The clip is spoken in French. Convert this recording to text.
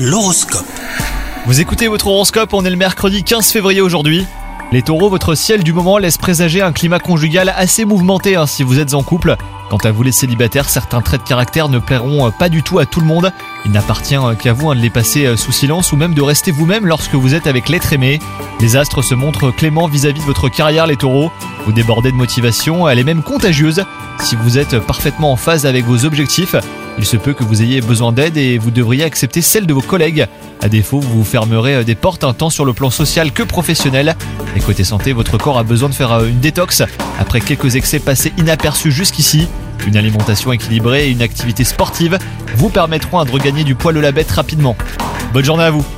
L'horoscope. Vous écoutez votre horoscope, on est le mercredi 15 février aujourd'hui. Les taureaux, votre ciel du moment laisse présager un climat conjugal assez mouvementé si vous êtes en couple. Quant à vous les célibataires, certains traits de caractère ne plairont pas du tout à tout le monde. Il n'appartient qu'à vous de les passer sous silence ou même de rester vous-même lorsque vous êtes avec l'être aimé. Les astres se montrent cléments vis-à-vis de votre carrière les taureaux. Vous débordez de motivation, elle est même contagieuse. Si vous êtes parfaitement en phase avec vos objectifs, il se peut que vous ayez besoin d'aide et vous devriez accepter celle de vos collègues. À défaut, vous vous fermerez des portes tant sur le plan social que professionnel. Et côté santé, votre corps a besoin de faire une détox après quelques excès passés inaperçus jusqu'ici. Une alimentation équilibrée et une activité sportive vous permettront de regagner du poil à la bête rapidement. Bonne journée à vous.